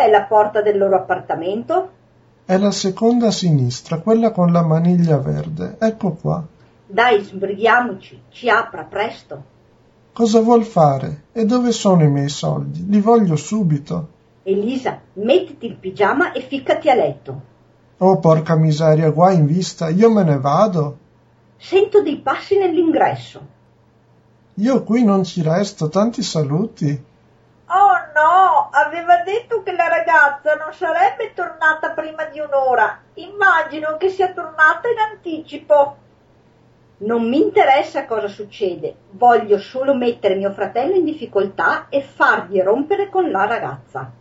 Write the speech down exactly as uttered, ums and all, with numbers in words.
è la porta del loro appartamento? È la seconda a sinistra, quella con la maniglia verde. Ecco qua. Dai, sbrighiamoci, ci apra, presto. Cosa vuol fare? E dove sono i miei soldi? Li voglio subito. Elisa, mettiti il pigiama e ficcati a letto. Oh, porca miseria, guai in vista, io me ne vado. Sento dei passi nell'ingresso. Io qui non ci resto, tanti saluti. Oh no, aveva detto che la ragazza non sarebbe tornata prima di un'ora. Immagino che sia tornata in anticipo. Non mi interessa cosa succede, voglio solo mettere mio fratello in difficoltà e fargli rompere con la ragazza.